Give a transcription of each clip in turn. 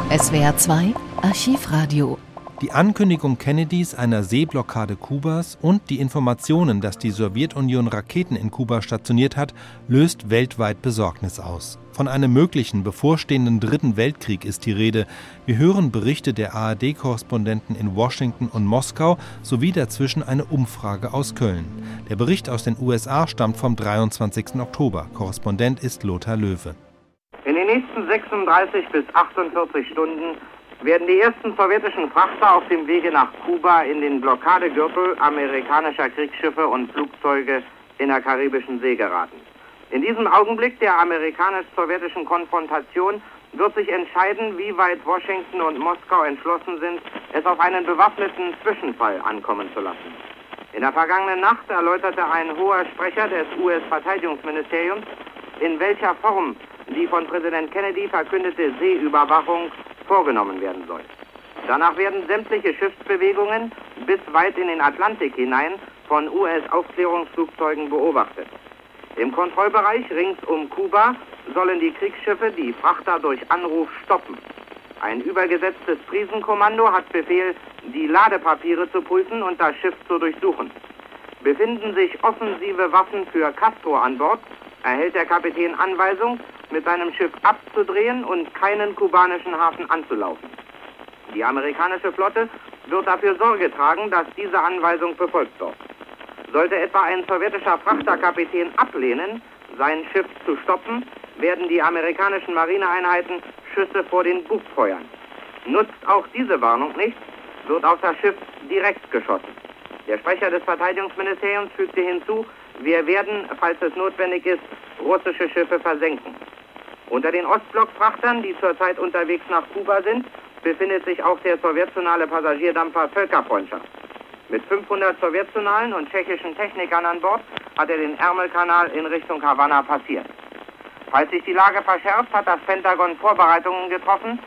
SWR 2 Archivradio. Die Ankündigung Kennedys einer Seeblockade Kubas und die Informationen, dass die Sowjetunion Raketen in Kuba stationiert hat, löst weltweit Besorgnis aus. Von einem möglichen bevorstehenden Dritten Weltkrieg ist die Rede. Wir hören Berichte der ARD-Korrespondenten in Washington und Moskau sowie dazwischen eine Umfrage aus Köln. Der Bericht aus den USA stammt vom 23. Oktober. Korrespondent ist Lothar Löwe. In den nächsten 36 bis 48 Stunden werden die ersten sowjetischen Frachter auf dem Wege nach Kuba in den Blockadegürtel amerikanischer Kriegsschiffe und Flugzeuge in der Karibischen See geraten. In diesem Augenblick der amerikanisch-sowjetischen Konfrontation wird sich entscheiden, wie weit Washington und Moskau entschlossen sind, es auf einen bewaffneten Zwischenfall ankommen zu lassen. In der vergangenen Nacht erläuterte ein hoher Sprecher des US-Verteidigungsministeriums, in welcher Form die von Präsident Kennedy verkündete Seeüberwachung vorgenommen werden soll. Danach werden sämtliche Schiffsbewegungen bis weit in den Atlantik hinein von US-Aufklärungsflugzeugen beobachtet. Im Kontrollbereich rings um Kuba sollen die Kriegsschiffe die Frachter durch Anruf stoppen. Ein übergesetztes Prisenkommando hat Befehl, die Ladepapiere zu prüfen und das Schiff zu durchsuchen. Befinden sich offensive Waffen für Castro an Bord, erhält der Kapitän Anweisung, mit seinem Schiff abzudrehen und keinen kubanischen Hafen anzulaufen. Die amerikanische Flotte wird dafür Sorge tragen, dass diese Anweisung befolgt wird. Sollte etwa ein sowjetischer Frachterkapitän ablehnen, sein Schiff zu stoppen, werden die amerikanischen Marineeinheiten Schüsse vor den Bug feuern. Nutzt auch diese Warnung nichts, wird auf das Schiff direkt geschossen. Der Sprecher des Verteidigungsministeriums fügte hinzu, wir werden, falls es notwendig ist, russische Schiffe versenken. Unter den Ostblock-Frachtern, die zurzeit unterwegs nach Kuba sind, befindet sich auch der sowjetionale Passagierdampfer Völkerfreundschaft. Mit 500 sowjetionalen und tschechischen Technikern an Bord hat er den Ärmelkanal in Richtung Havanna passiert. Falls sich die Lage verschärft, hat das Pentagon Vorbereitungen getroffen,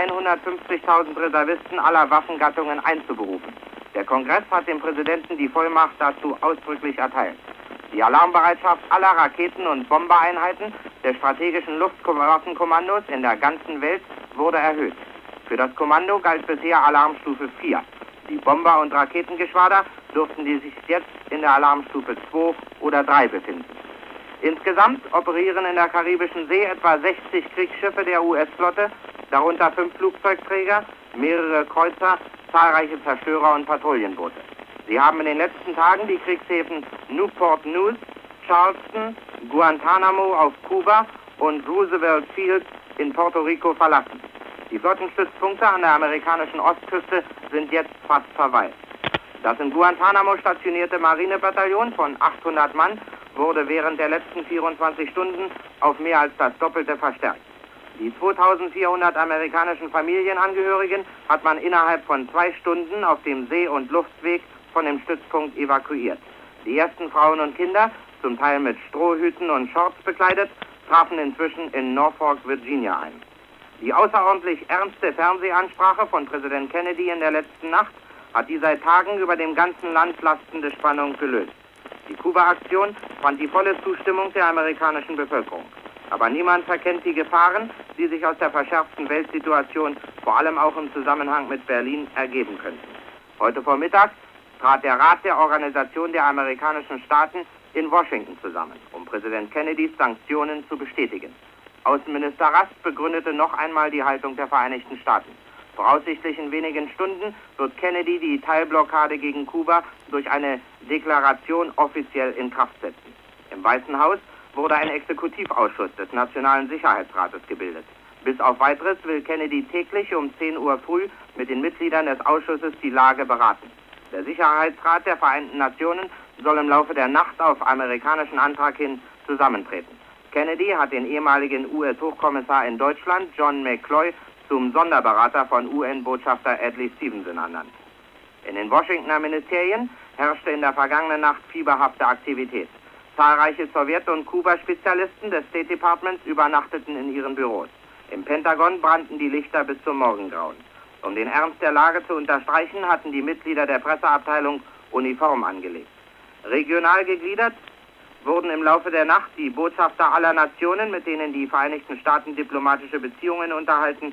150.000 Reservisten aller Waffengattungen einzuberufen. Der Kongress hat dem Präsidenten die Vollmacht dazu ausdrücklich erteilt. Die Alarmbereitschaft aller Raketen- und Bombereinheiten der strategischen Luftwaffenkommandos in der ganzen Welt wurde erhöht. Für das Kommando galt bisher Alarmstufe 4. Die Bomber- und Raketengeschwader dürften sich jetzt in der Alarmstufe 2 oder 3 befinden. Insgesamt operieren in der Karibischen See etwa 60 Kriegsschiffe der US-Flotte, darunter 5 Flugzeugträger, mehrere Kreuzer, zahlreiche Zerstörer und Patrouillenboote. Sie haben in den letzten Tagen die Kriegshäfen Newport News, Charleston, Guantanamo auf Kuba und Roosevelt Field in Puerto Rico verlassen. Die Flottenstützpunkte an der amerikanischen Ostküste sind jetzt fast verweilt. Das in Guantanamo stationierte Marinebataillon von 800 Mann wurde während der letzten 24 Stunden auf mehr als das Doppelte verstärkt. Die 2400 amerikanischen Familienangehörigen hat man innerhalb von 2 Stunden auf dem See- und Luftweg von dem Stützpunkt evakuiert. Die ersten Frauen und Kinder, zum Teil mit Strohhüten und Shorts bekleidet, trafen inzwischen in Norfolk, Virginia ein. Die außerordentlich ernste Fernsehansprache von Präsident Kennedy in der letzten Nacht hat die seit Tagen über dem ganzen Land lastende Spannung gelöst. Die Kuba-Aktion fand die volle Zustimmung der amerikanischen Bevölkerung. Aber niemand verkennt die Gefahren, die sich aus der verschärften Weltsituation, vor allem auch im Zusammenhang mit Berlin, ergeben könnten. Heute Vormittag trat der Rat der Organisation der amerikanischen Staaten in Washington zusammen, um Präsident Kennedys Sanktionen zu bestätigen. Außenminister Rast begründete noch einmal die Haltung der Vereinigten Staaten. Voraussichtlich in wenigen Stunden wird Kennedy die Teilblockade gegen Kuba durch eine Deklaration offiziell in Kraft setzen. Im Weißen Haus wurde ein Exekutivausschuss des Nationalen Sicherheitsrates gebildet. Bis auf Weiteres will Kennedy täglich um 10 Uhr früh mit den Mitgliedern des Ausschusses die Lage beraten. Der Sicherheitsrat der Vereinten Nationen soll im Laufe der Nacht auf amerikanischen Antrag hin zusammentreten. Kennedy hat den ehemaligen US-Hochkommissar in Deutschland, John McCloy, zum Sonderberater von UN-Botschafter Adlai Stevenson ernannt. In den Washingtoner Ministerien herrschte in der vergangenen Nacht fieberhafte Aktivität. Zahlreiche Sowjet- und Kuba-Spezialisten des State Departments übernachteten in ihren Büros. Im Pentagon brannten die Lichter bis zum Morgengrauen. Um den Ernst der Lage zu unterstreichen, hatten die Mitglieder der Presseabteilung Uniform angelegt. Regional gegliedert wurden im Laufe der Nacht die Botschafter aller Nationen, mit denen die Vereinigten Staaten diplomatische Beziehungen unterhalten,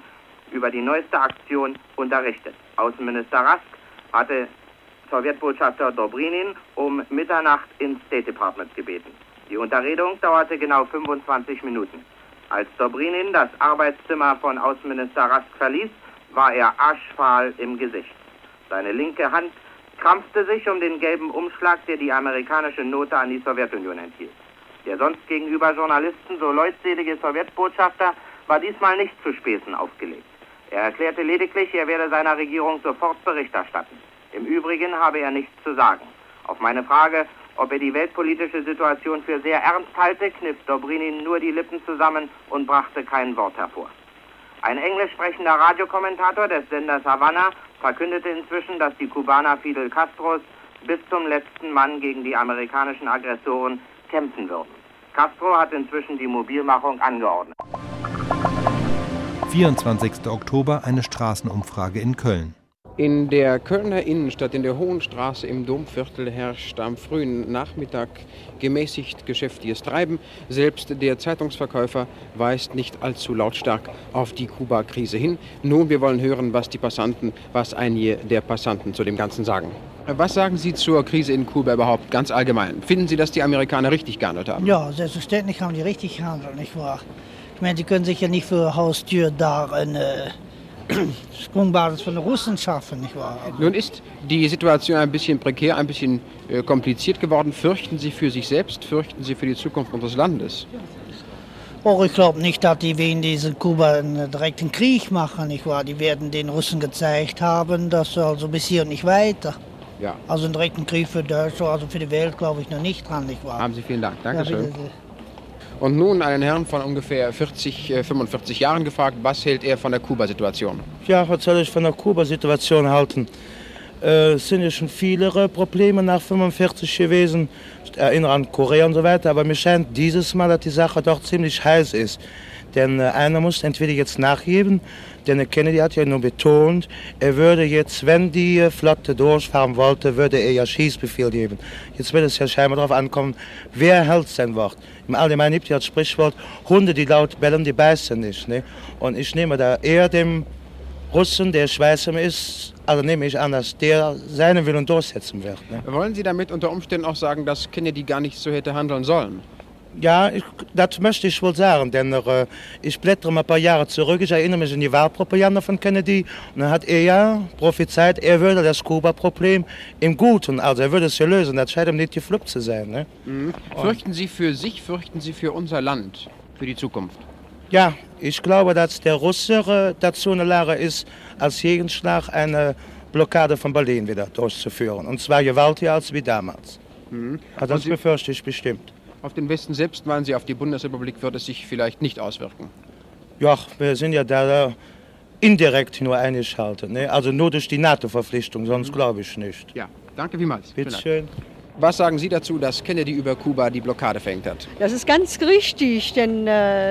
über die neueste Aktion unterrichtet. Außenminister Rusk hatte Sowjetbotschafter Dobrynin um Mitternacht ins State Department gebeten. Die Unterredung dauerte genau 25 Minuten. Als Dobrynin das Arbeitszimmer von Außenminister Rusk verließ, war er aschfahl im Gesicht. Seine linke Hand krampfte sich um den gelben Umschlag, der die amerikanische Note an die Sowjetunion enthielt. Der sonst gegenüber Journalisten so leutselige Sowjetbotschafter war diesmal nicht zu Späßen aufgelegt. Er erklärte lediglich, er werde seiner Regierung sofort Bericht erstatten. Im Übrigen habe er nichts zu sagen. Auf meine Frage, ob er die weltpolitische Situation für sehr ernst halte, kniff Dobrynin nur die Lippen zusammen und brachte kein Wort hervor. Ein englisch sprechender Radiokommentator des Senders Havanna verkündete inzwischen, dass die Kubaner Fidel Castros bis zum letzten Mann gegen die amerikanischen Aggressoren kämpfen würden. Castro hat inzwischen die Mobilmachung angeordnet. 24. Oktober, eine Straßenumfrage in Köln. In der Kölner Innenstadt, in der Hohen Straße im Domviertel, herrscht am frühen Nachmittag gemäßigt geschäftiges Treiben. Selbst der Zeitungsverkäufer weist nicht allzu lautstark auf die Kuba-Krise hin. Nun, wir wollen hören, was einige der Passanten zu dem Ganzen sagen. Was sagen Sie zur Krise in Kuba überhaupt, ganz allgemein? Finden Sie, dass die Amerikaner richtig gehandelt haben? Ja, selbstverständlich haben die richtig gehandelt, nicht wahr? Ich meine, die können sich ja nicht für Haustür da eine Sprungbasis von den Russen schaffen, nicht wahr? Nun ist die Situation ein bisschen prekär, ein bisschen kompliziert geworden. Fürchten Sie für sich selbst, fürchten Sie für die Zukunft unseres Landes? Oh, ich glaube nicht, dass die wegen diesem Kuba einen direkten Krieg machen, nicht wahr? Die werden den Russen gezeigt haben, dass also bis hier und nicht weiter. Ja. Also einen direkten Krieg für Deutschland, also für die Welt, glaube ich noch nicht dran, nicht wahr? Haben Sie vielen Dank. Dankeschön. Ja, bitte. Und nun einen Herrn von ungefähr 45 Jahren gefragt, was hält er von der Kuba-Situation? Ja, was soll ich von der Kuba-Situation halten? Es sind ja schon viele Probleme nach 45 gewesen. Ich erinnere an Korea und so weiter, aber mir scheint dieses Mal, dass die Sache doch ziemlich heiß ist. Denn einer muss entweder jetzt nachgeben, denn Kennedy hat ja nur betont, er würde jetzt, wenn die Flotte durchfahren wollte, würde er ja Schießbefehl geben. Jetzt wird es ja scheinbar darauf ankommen, wer hält sein Wort. Im Allgemeinen gibt es ja das Sprichwort, Hunde, die laut bellen, die beißen nicht. Ne? Und ich nehme da eher dem Russen, der schweigsam ist, also nehme ich an, dass der seinen Willen durchsetzen wird. Ne? Wollen Sie damit unter Umständen auch sagen, dass Kennedy gar nicht so hätte handeln sollen? Ja, das möchte ich wohl sagen, denn ich blättere mal ein paar Jahre zurück. Ich erinnere mich an die Wahlpropaganda von Kennedy. Und dann hat er ja prophezeit, er würde das Kuba-Problem im Guten, also er würde es ja lösen. Das scheint ihm nicht gefluppt zu sein. Ne? Mhm. Fürchten Sie für sich, fürchten Sie für unser Land, für die Zukunft? Ja, ich glaube, dass der Russe dazu in der Lage ist, als Gegenschlag eine Blockade von Berlin wieder durchzuführen. Und zwar gewaltiger als wie damals. Mhm. Also das befürchte ich bestimmt. Auf den Westen selbst, meinen Sie, auf die Bundesrepublik wird es sich vielleicht nicht auswirken? Ja, wir sind ja da indirekt nur eingeschaltet. Ne? Also nur durch die NATO-Verpflichtung, sonst glaube ich nicht. Ja, danke vielmals. Bitte schön. Was sagen Sie dazu, dass Kennedy über Kuba die Blockade verhängt hat? Das ist ganz richtig, denn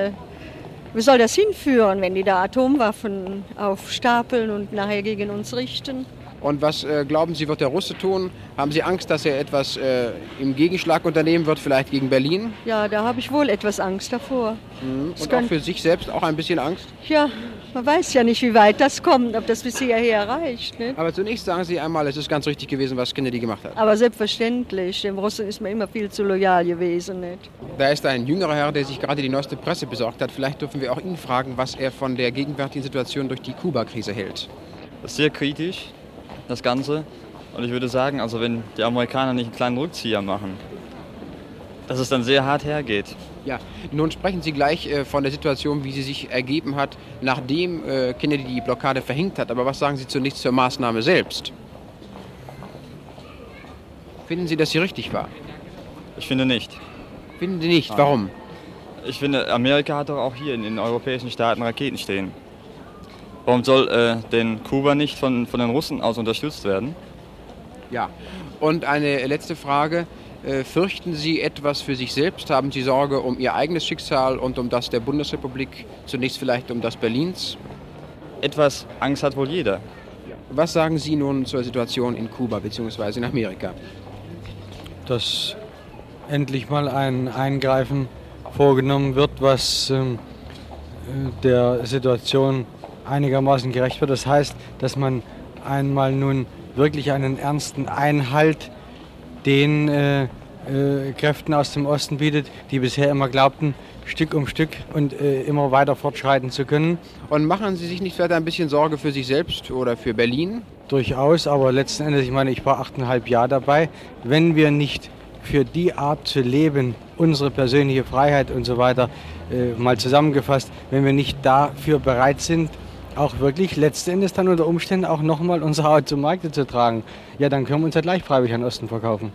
wo soll das hinführen, wenn die da Atomwaffen aufstapeln und nachher gegen uns richten? Und was glauben Sie, wird der Russe tun? Haben Sie Angst, dass er etwas im Gegenschlag unternehmen wird, vielleicht gegen Berlin? Ja, da habe ich wohl etwas Angst davor. Und auch für sich selbst auch ein bisschen Angst? Ja, man weiß ja nicht, wie weit das kommt, ob das bis hierher reicht. Ne? Aber zunächst sagen Sie einmal, es ist ganz richtig gewesen, was Kennedy gemacht hat. Aber selbstverständlich, dem Russen ist man immer viel zu loyal gewesen. Nicht? Da ist ein jüngerer Herr, der sich gerade die neueste Presse besorgt hat. Vielleicht dürfen wir auch ihn fragen, was er von der gegenwärtigen Situation durch die Kuba-Krise hält. Das ist sehr kritisch, das Ganze. Und ich würde sagen, also wenn die Amerikaner nicht einen kleinen Rückzieher machen, dass es dann sehr hart hergeht. Ja, nun sprechen Sie gleich von der Situation, wie sie sich ergeben hat, nachdem Kennedy die Blockade verhängt hat. Aber was sagen Sie zunächst zur Maßnahme selbst? Finden Sie, dass sie richtig war? Ich finde nicht. Finden Sie nicht? Warum? Ich finde, Amerika hat doch auch hier in den europäischen Staaten Raketen stehen. Warum soll denn Kuba nicht von den Russen aus unterstützt werden? Ja, und eine letzte Frage. Fürchten Sie etwas für sich selbst? Haben Sie Sorge um Ihr eigenes Schicksal und um das der Bundesrepublik? Zunächst vielleicht um das Berlins? Etwas Angst hat wohl jeder. Was sagen Sie nun zur Situation in Kuba bzw. in Amerika? Dass endlich mal ein Eingreifen vorgenommen wird, was der Situation einigermaßen gerecht wird. Das heißt, dass man einmal nun wirklich einen ernsten Einhalt den Kräften aus dem Osten bietet, die bisher immer glaubten, Stück um Stück und immer weiter fortschreiten zu können. Und machen Sie sich nicht vielleicht ein bisschen Sorge für sich selbst oder für Berlin? Durchaus, aber letzten Endes, ich meine, ich war 8,5 Jahre dabei. Wenn wir nicht für die Art zu leben, unsere persönliche Freiheit und so weiter, mal zusammengefasst, wenn wir nicht dafür bereit sind, auch wirklich letzten Endes dann unter Umständen auch nochmal unsere Haut zum Markte zu tragen, ja, dann können wir uns ja gleich freiwillig an den Osten verkaufen.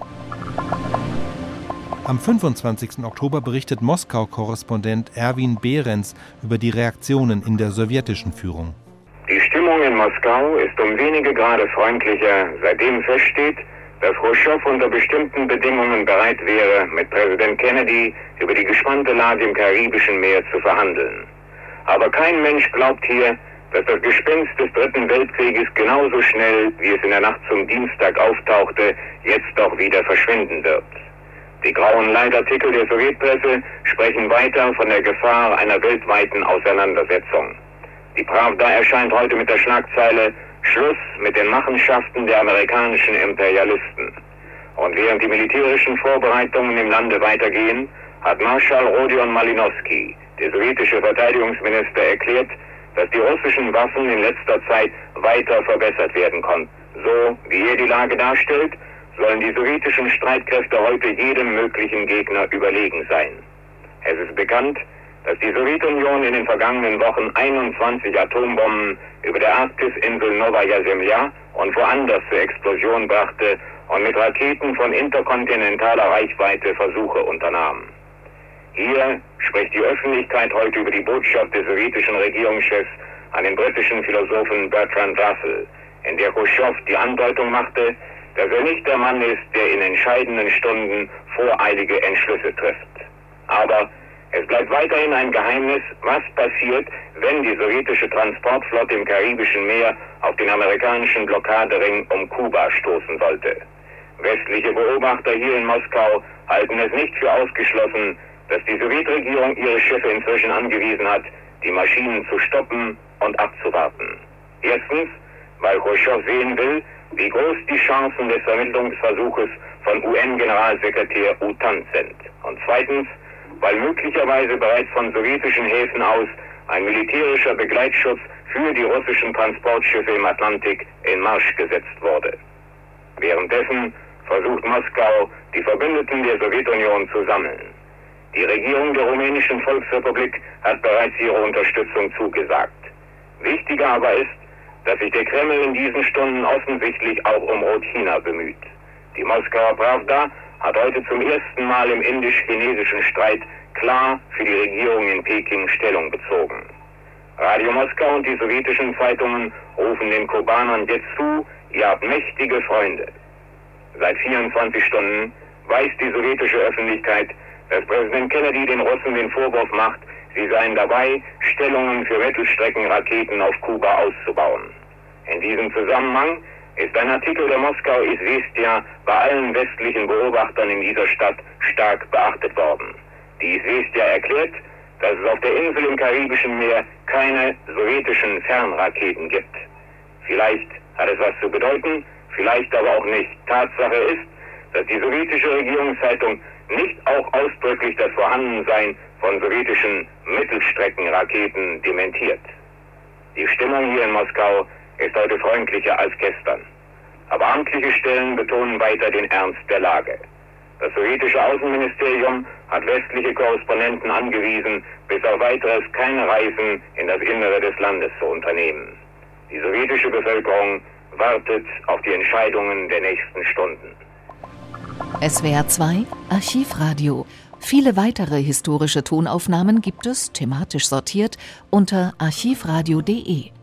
Am 25. Oktober berichtet Moskau-Korrespondent Erwin Behrens über die Reaktionen in der sowjetischen Führung. Die Stimmung in Moskau ist um wenige Grade freundlicher, seitdem feststeht, dass Chruschtschow unter bestimmten Bedingungen bereit wäre, mit Präsident Kennedy über die gespannte Lage im Karibischen Meer zu verhandeln. Aber kein Mensch glaubt hier, dass das Gespenst des Dritten Weltkrieges genauso schnell, wie es in der Nacht zum Dienstag auftauchte, jetzt auch wieder verschwinden wird. Die grauen Leitartikel der Sowjetpresse sprechen weiter von der Gefahr einer weltweiten Auseinandersetzung. Die Pravda erscheint heute mit der Schlagzeile Schluss mit den Machenschaften der amerikanischen Imperialisten. Und während die militärischen Vorbereitungen im Lande weitergehen, hat Marschall Rodion Malinowski, der sowjetische Verteidigungsminister, erklärt, dass die russischen Waffen in letzter Zeit weiter verbessert werden konnten. So wie er die Lage darstellt, sollen die sowjetischen Streitkräfte heute jedem möglichen Gegner überlegen sein. Es ist bekannt, dass die Sowjetunion in den vergangenen Wochen 21 Atombomben über der Arktisinsel Novaya Zemlja und woanders zur Explosion brachte und mit Raketen von interkontinentaler Reichweite Versuche unternahm. Hier spricht die Öffentlichkeit heute über die Botschaft des sowjetischen Regierungschefs an den britischen Philosophen Bertrand Russell, in der Chruschtschow die Andeutung machte, dass er nicht der Mann ist, der in entscheidenden Stunden voreilige Entschlüsse trifft. Aber es bleibt weiterhin ein Geheimnis, was passiert, wenn die sowjetische Transportflotte im Karibischen Meer auf den amerikanischen Blockadering um Kuba stoßen sollte. Westliche Beobachter hier in Moskau halten es nicht für ausgeschlossen, dass die Sowjetregierung ihre Schiffe inzwischen angewiesen hat, die Maschinen zu stoppen und abzuwarten. Erstens, weil Chruschtschow sehen will, wie groß die Chancen des Vermittlungsversuches von UN-Generalsekretär U Thant sind. Und zweitens, weil möglicherweise bereits von sowjetischen Häfen aus ein militärischer Begleitschutz für die russischen Transportschiffe im Atlantik in Marsch gesetzt wurde. Währenddessen versucht Moskau, die Verbündeten der Sowjetunion zu sammeln. Die Regierung der Rumänischen Volksrepublik hat bereits ihre Unterstützung zugesagt. Wichtiger aber ist, dass sich der Kreml in diesen Stunden offensichtlich auch um Rot-China bemüht. Die Moskauer Pravda hat heute zum ersten Mal im indisch-chinesischen Streit klar für die Regierung in Peking Stellung bezogen. Radio Moskau und die sowjetischen Zeitungen rufen den Kubanern jetzt zu, ihr habt mächtige Freunde. Seit 24 Stunden weiß die sowjetische Öffentlichkeit, dass Präsident Kennedy den Russen den Vorwurf macht, sie seien dabei, Stellungen für Mittelstreckenraketen auf Kuba auszubauen. In diesem Zusammenhang ist ein Artikel der Moskauer Izvestia bei allen westlichen Beobachtern in dieser Stadt stark beachtet worden. Die Izvestia erklärt, dass es auf der Insel im Karibischen Meer keine sowjetischen Fernraketen gibt. Vielleicht hat es was zu bedeuten, vielleicht aber auch nicht. Tatsache ist, dass die sowjetische Regierungszeitung nicht auch ausdrücklich das Vorhandensein von sowjetischen Mittelstreckenraketen dementiert. Die Stimmung hier in Moskau ist heute freundlicher als gestern. Aber amtliche Stellen betonen weiter den Ernst der Lage. Das sowjetische Außenministerium hat westliche Korrespondenten angewiesen, bis auf weiteres keine Reisen in das Innere des Landes zu unternehmen. Die sowjetische Bevölkerung wartet auf die Entscheidungen der nächsten Stunden. SWR 2 Archivradio. Viele weitere historische Tonaufnahmen gibt es, thematisch sortiert, unter archivradio.de.